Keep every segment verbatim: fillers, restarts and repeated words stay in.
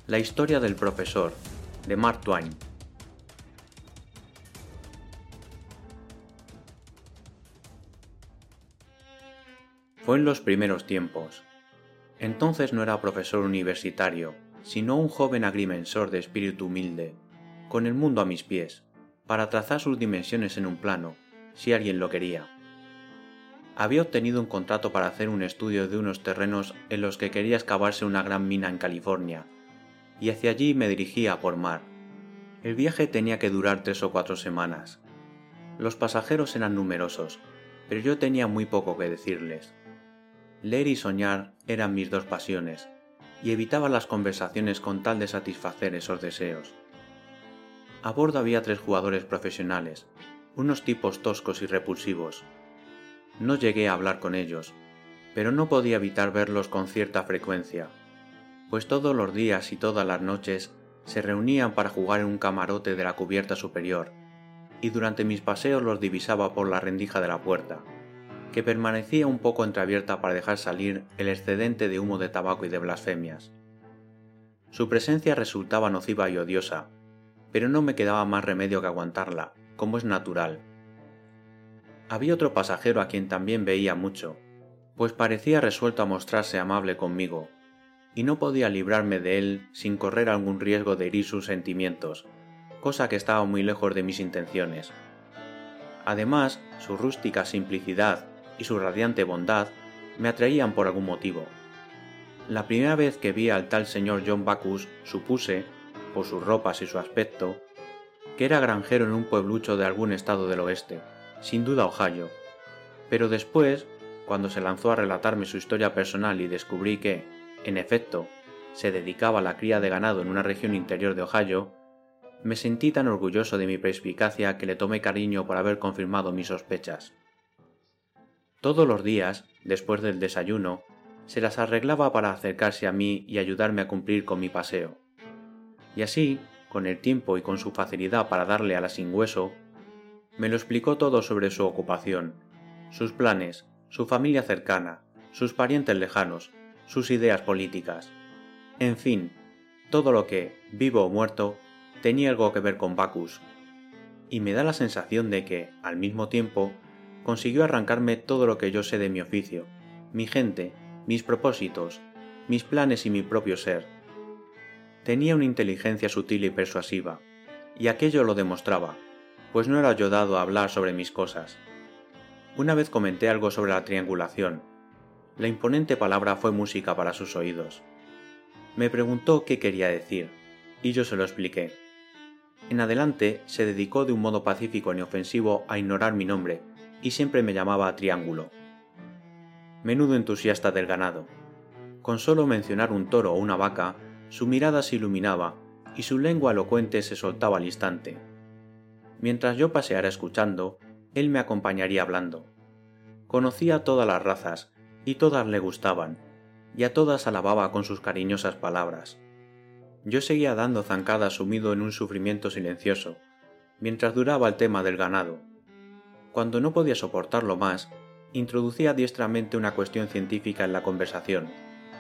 La historia del profesor, de Mark Twain. Fue en los primeros tiempos. Entonces no era profesor universitario, sino un joven agrimensor de espíritu humilde, con el mundo a mis pies, para trazar sus dimensiones en un plano, si alguien lo quería. Había obtenido un contrato para hacer un estudio de unos terrenos en los que quería excavarse una gran mina en California, y hacia allí me dirigía por mar. El viaje tenía que durar tres o cuatro semanas. Los pasajeros eran numerosos, pero yo tenía muy poco que decirles. Leer y soñar eran mis dos pasiones, y evitaba las conversaciones con tal de satisfacer esos deseos. A bordo había tres jugadores profesionales, unos tipos toscos y repulsivos. No llegué a hablar con ellos, pero no podía evitar verlos con cierta frecuencia, pues todos los días y todas las noches se reunían para jugar en un camarote de la cubierta superior, y durante mis paseos los divisaba por la rendija de la puerta, que permanecía un poco entreabierta para dejar salir el excedente de humo de tabaco y de blasfemias. Su presencia resultaba nociva y odiosa, pero no me quedaba más remedio que aguantarla, como es natural. Había otro pasajero a quien también veía mucho, pues parecía resuelto a mostrarse amable conmigo, y no podía librarme de él sin correr algún riesgo de herir sus sentimientos, cosa que estaba muy lejos de mis intenciones. Además, su rústica simplicidad y su radiante bondad me atraían por algún motivo. La primera vez que vi al tal señor John Bacchus supuse, por sus ropas y su aspecto, que era granjero en un pueblucho de algún estado del oeste, sin duda Ohio. Pero después, cuando se lanzó a relatarme su historia personal y descubrí que, en efecto, se dedicaba a la cría de ganado en una región interior de Ohio, me sentí tan orgulloso de mi perspicacia que le tomé cariño por haber confirmado mis sospechas. Todos los días, después del desayuno, se las arreglaba para acercarse a mí y ayudarme a cumplir con mi paseo. Y así, con el tiempo y con su facilidad para darle a la sin hueso, me lo explicó todo sobre su ocupación, sus planes, su familia cercana, sus parientes lejanos, sus ideas políticas. En fin, todo lo que, vivo o muerto, tenía algo que ver con Bacchus. Y me da la sensación de que, al mismo tiempo, consiguió arrancarme todo lo que yo sé de mi oficio, mi gente, mis propósitos, mis planes y mi propio ser. Tenía una inteligencia sutil y persuasiva, y aquello lo demostraba, pues no era yo dado a hablar sobre mis cosas. Una vez comenté algo sobre la triangulación. La imponente palabra fue música para sus oídos. Me preguntó qué quería decir, y yo se lo expliqué. En adelante se dedicó de un modo pacífico e inofensivo a ignorar mi nombre, y siempre me llamaba Triángulo. Menudo entusiasta del ganado. Con solo mencionar un toro o una vaca, su mirada se iluminaba, y su lengua elocuente se soltaba al instante. Mientras yo paseara escuchando, él me acompañaría hablando. Conocía todas las razas, y todas le gustaban, y a todas alababa con sus cariñosas palabras. Yo seguía dando zancadas sumido en un sufrimiento silencioso, mientras duraba el tema del ganado. Cuando no podía soportarlo más, introducía diestramente una cuestión científica en la conversación.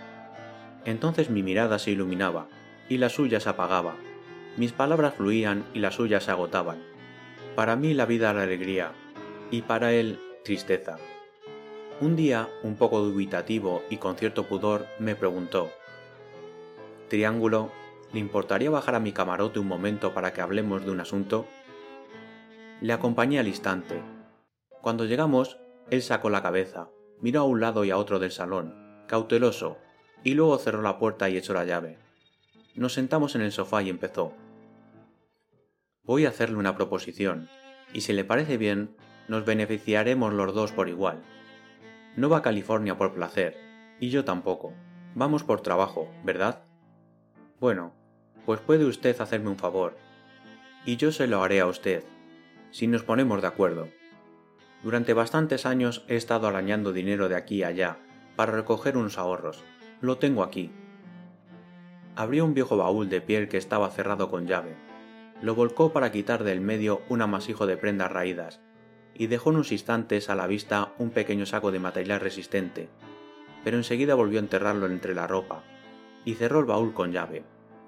Entonces mi mirada se iluminaba, y la suya se apagaba. Mis palabras fluían y las suyas se agotaban. Para mí la vida era alegría, y para él tristeza. Un día, un poco dubitativo y con cierto pudor, me preguntó: «Triángulo, ¿le importaría bajar a mi camarote un momento para que hablemos de un asunto?» Le acompañé al instante. Cuando llegamos, él sacó la cabeza, miró a un lado y a otro del salón, cauteloso, y luego cerró la puerta y echó la llave. Nos sentamos en el sofá y empezó: «Voy a hacerle una proposición, y si le parece bien, nos beneficiaremos los dos por igual. No va a California por placer, y yo tampoco. Vamos por trabajo, ¿verdad? Bueno, pues puede usted hacerme un favor, y yo se lo haré a usted, si nos ponemos de acuerdo. Durante bastantes años he estado arañando dinero de aquí a allá para recoger unos ahorros. Lo tengo aquí». Abrió un viejo baúl de piel que estaba cerrado con llave. Lo volcó para quitar del medio un amasijo de prendas raídas, y dejó unos instantes a la vista un pequeño saco de material resistente, pero enseguida volvió a enterrarlo entre la ropa, y cerró el baúl con llave.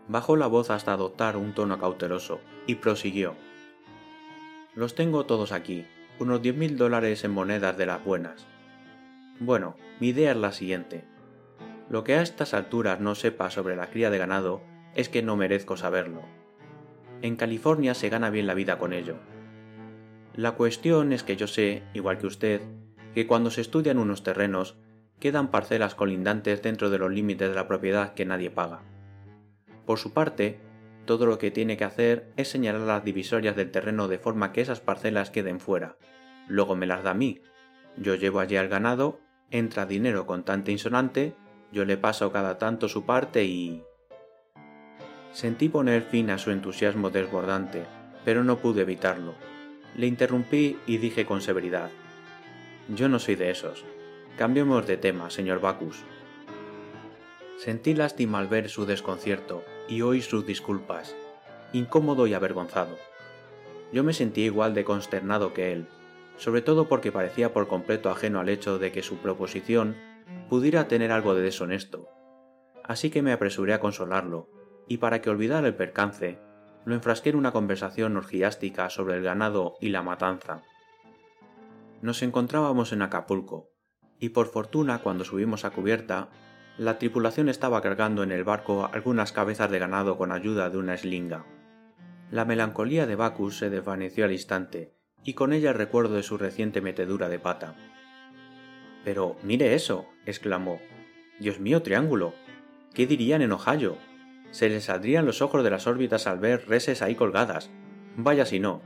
Bajó la voz hasta adoptar un tono cauteloso, y prosiguió. Los tengo todos aquí, unos diez mil dólares en monedas de las buenas. Bueno, mi idea es la siguiente. Lo que a estas alturas no sepa sobre la cría de ganado es que no merezco saberlo. En California se gana bien la vida con ello. La cuestión es que yo sé, igual que usted, que cuando se estudian unos terrenos, quedan parcelas colindantes dentro de los límites de la propiedad que nadie paga. Por su parte, todo lo que tiene que hacer es señalar las divisorias del terreno de forma que esas parcelas queden fuera. Luego me las da a mí. Yo llevo allí al ganado, entra dinero contante insonante, yo le paso cada tanto su parte y... Sentí poner fin a su entusiasmo desbordante, pero no pude evitarlo. Le interrumpí y dije con severidad. Yo no soy de esos. Cambiemos de tema, señor Bacchus. Sentí lástima al ver su desconcierto y oí sus disculpas, incómodo y avergonzado. Yo me sentí igual de consternado que él, sobre todo porque parecía por completo ajeno al hecho de que su proposición pudiera tener algo de deshonesto. Así que me apresuré a consolarlo, y para que olvidara el percance, lo enfrasqué en una conversación orgiástica sobre el ganado y la matanza. Nos encontrábamos en Acapulco, y por fortuna cuando subimos a cubierta, la tripulación estaba cargando en el barco algunas cabezas de ganado con ayuda de una eslinga. La melancolía de Bacchus se desvaneció al instante, y con ella el recuerdo de su reciente metedura de pata. «Pero mire eso», exclamó. «Dios mío, Triángulo, ¿qué dirían en Ohio? Se les saldrían los ojos de las órbitas al ver reses ahí colgadas. Vaya si no».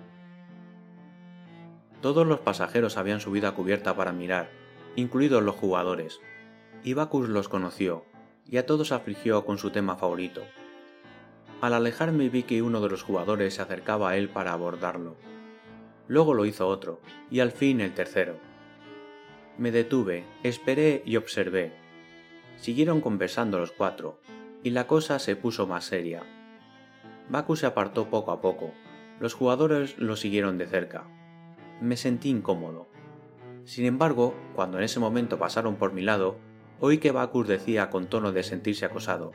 Todos los pasajeros habían subido a cubierta para mirar, incluidos los jugadores, y Bacchus los conoció, y a todos afligió con su tema favorito. Al alejarme vi que uno de los jugadores se acercaba a él para abordarlo. Luego lo hizo otro, y al fin el tercero. Me detuve, esperé y observé. Siguieron conversando los cuatro, y la cosa se puso más seria. Bacchus se apartó poco a poco, los jugadores lo siguieron de cerca. Me sentí incómodo. Sin embargo, cuando en ese momento pasaron por mi lado, oí que Bacchus decía con tono de sentirse acosado.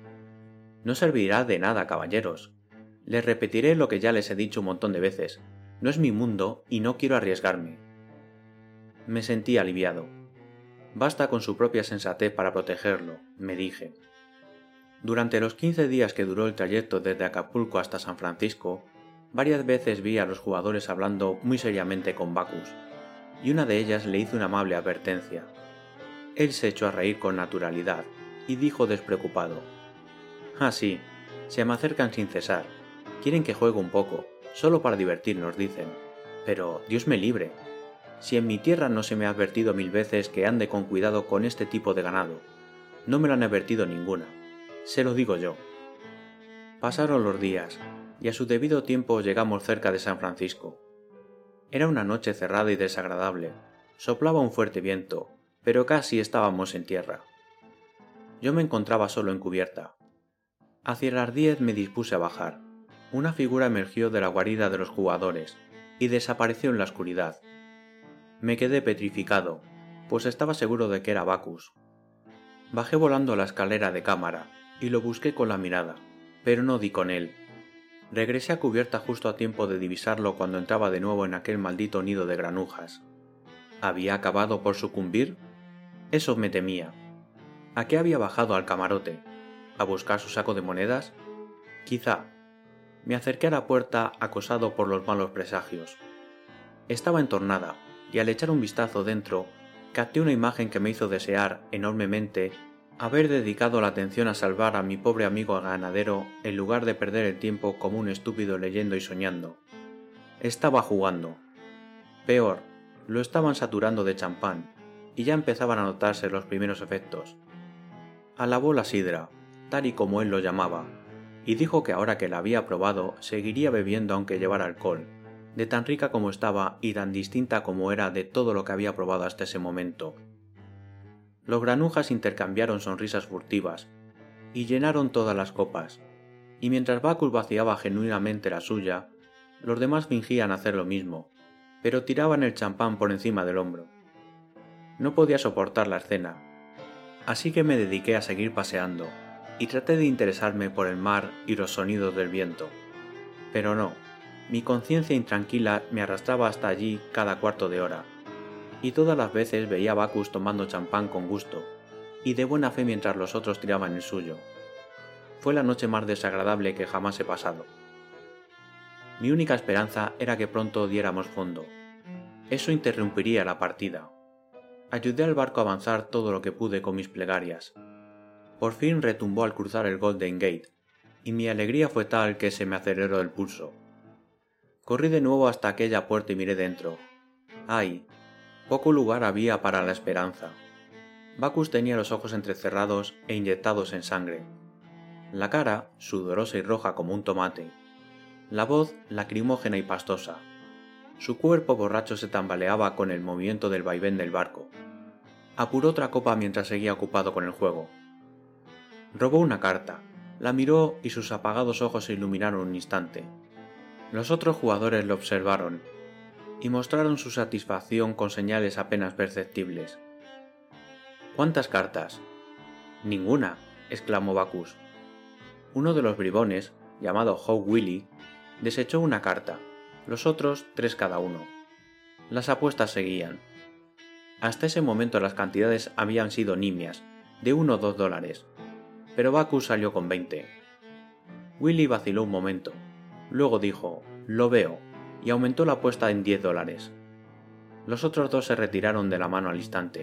«No servirá de nada, caballeros. Les repetiré lo que ya les he dicho un montón de veces. No es mi mundo y no quiero arriesgarme». Me sentí aliviado. Basta con su propia sensatez para protegerlo, me dije. Durante los quince días que duró el trayecto desde Acapulco hasta San Francisco, varias veces vi a los jugadores hablando muy seriamente con Bacchus, y una de ellas le hizo una amable advertencia. Él se echó a reír con naturalidad, y dijo despreocupado. «Ah, sí, se me acercan sin cesar. Quieren que juegue un poco, solo para divertirnos, dicen. Pero, Dios me libre. Si en mi tierra no se me ha advertido mil veces que ande con cuidado con este tipo de ganado. No me lo han advertido ninguna. Se lo digo yo». Pasaron los días, y a su debido tiempo llegamos cerca de San Francisco. Era una noche cerrada y desagradable. Soplaba un fuerte viento, pero casi estábamos en tierra. Yo me encontraba solo en cubierta. Hacia las diez me dispuse a bajar. Una figura emergió de la guarida de los jugadores y desapareció en la oscuridad. Me quedé petrificado, pues estaba seguro de que era Bacchus. Bajé volando la escalera de cámara y lo busqué con la mirada, pero no di con él. Regresé a cubierta justo a tiempo de divisarlo cuando entraba de nuevo en aquel maldito nido de granujas. ¿Había acabado por sucumbir? Eso me temía. ¿A qué había bajado al camarote? ¿A buscar su saco de monedas? Quizá. Me acerqué a la puerta acosado por los malos presagios. Estaba entornada, y al echar un vistazo dentro, capté una imagen que me hizo desear enormemente haber dedicado la atención a salvar a mi pobre amigo ganadero en lugar de perder el tiempo como un estúpido leyendo y soñando. Estaba jugando. Peor, lo estaban saturando de champán, y ya empezaban a notarse los primeros efectos. Alabó la sidra, tal y como él lo llamaba, y dijo que ahora que la había probado seguiría bebiendo aunque llevara alcohol, de tan rica como estaba y tan distinta como era de todo lo que había probado hasta ese momento. Los granujas intercambiaron sonrisas furtivas, y llenaron todas las copas, y mientras Bacchus vaciaba genuinamente la suya, los demás fingían hacer lo mismo, pero tiraban el champán por encima del hombro. No podía soportar la escena, así que me dediqué a seguir paseando, y traté de interesarme por el mar y los sonidos del viento. Pero no, mi conciencia intranquila me arrastraba hasta allí cada cuarto de hora, y todas las veces veía a Bacchus tomando champán con gusto, y de buena fe mientras los otros tiraban el suyo. Fue la noche más desagradable que jamás he pasado. Mi única esperanza era que pronto diéramos fondo. Eso interrumpiría la partida. Ayudé al barco a avanzar todo lo que pude con mis plegarias. Por fin retumbó al cruzar el Golden Gate, y mi alegría fue tal que se me aceleró el pulso. Corrí de nuevo hasta aquella puerta y miré dentro. ¡Ay! Poco lugar había para la esperanza. Bacchus tenía los ojos entrecerrados e inyectados en sangre. La cara, sudorosa y roja como un tomate. La voz, lacrimógena y pastosa. Su cuerpo borracho se tambaleaba con el movimiento del vaivén del barco. Apuró otra copa mientras seguía ocupado con el juego. Robó una carta, la miró y sus apagados ojos se iluminaron un instante. Los otros jugadores lo observaron y mostraron su satisfacción con señales apenas perceptibles. ¿Cuántas cartas? Ninguna, exclamó Bacchus. Uno de los bribones, llamado Hog Willie, desechó una carta, los otros tres cada uno. Las apuestas seguían. Hasta ese momento las cantidades habían sido nimias, de uno o dos dólares, pero Bacchus salió con veinte. Willie vaciló un momento, luego dijo, lo veo, y aumentó la apuesta en diez dólares. Los otros dos se retiraron de la mano al instante.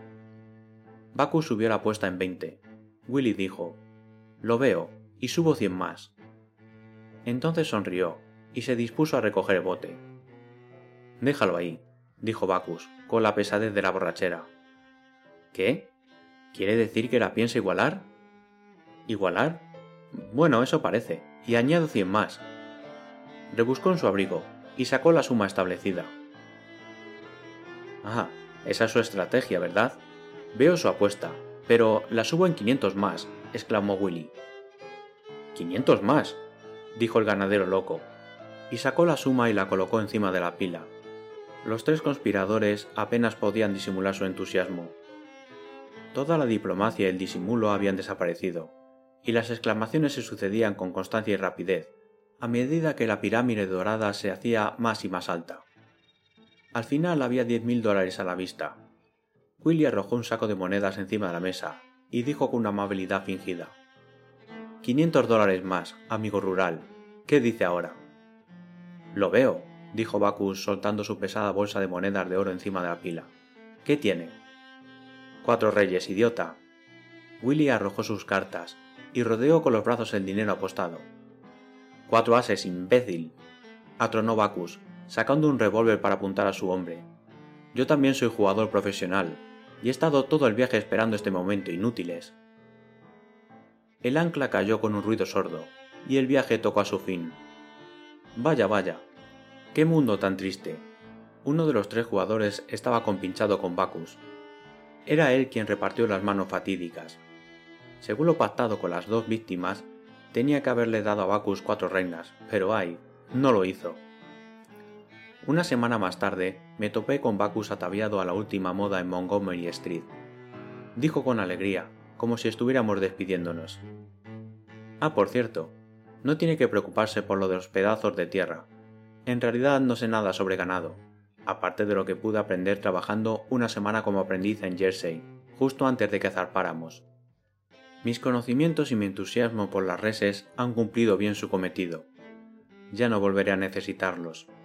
Bacchus subió la apuesta en veinte. Willie dijo, lo veo, y subo cien más. Entonces sonrió, y se dispuso a recoger el bote. Déjalo ahí, dijo Bacchus, con la pesadez de la borrachera. ¿Qué? ¿Quiere decir que la piensa igualar? ¿Igualar? Bueno, eso parece, y añado cien más. Rebuscó en su abrigo, y sacó la suma establecida. Ah, esa es su estrategia, ¿verdad? Veo su apuesta, pero la subo en quinientos más, exclamó Willie. ¿Quinientos más? Dijo el ganadero loco, y sacó la suma y la colocó encima de la pila. Los tres conspiradores apenas podían disimular su entusiasmo. Toda la diplomacia y el disimulo habían desaparecido, y las exclamaciones se sucedían con constancia y rapidez, a medida que la pirámide dorada se hacía más y más alta. Al final había diez mil dólares a la vista. Willie arrojó un saco de monedas encima de la mesa, y dijo con una amabilidad fingida. «Quinientos dólares más, amigo rural. ¿Qué dice ahora?» «Lo veo», dijo Bacchus soltando su pesada bolsa de monedas de oro encima de la pila. «¿Qué tiene?» «Cuatro reyes, idiota». Willie arrojó sus cartas, y rodeó con los brazos el dinero apostado. «Cuatro ases, imbécil», atronó Bacchus, sacando un revólver para apuntar a su hombre. «Yo también soy jugador profesional, y he estado todo el viaje esperando este momento, inútiles». El ancla cayó con un ruido sordo, y el viaje tocó a su fin. Vaya, vaya, qué mundo tan triste. Uno de los tres jugadores estaba compinchado con Bacchus. Era él quien repartió las manos fatídicas. Según lo pactado con las dos víctimas, tenía que haberle dado a Bacchus cuatro reinas, pero ay, no lo hizo. Una semana más tarde, me topé con Bacchus ataviado a la última moda en Montgomery Street. Dijo con alegría, como si estuviéramos despidiéndonos. Ah, por cierto, no tiene que preocuparse por lo de los pedazos de tierra. En realidad no sé nada sobre ganado, aparte de lo que pude aprender trabajando una semana como aprendiz en Jersey, justo antes de que zarpáramos. Mis conocimientos y mi entusiasmo por las reses han cumplido bien su cometido. Ya no volveré a necesitarlos.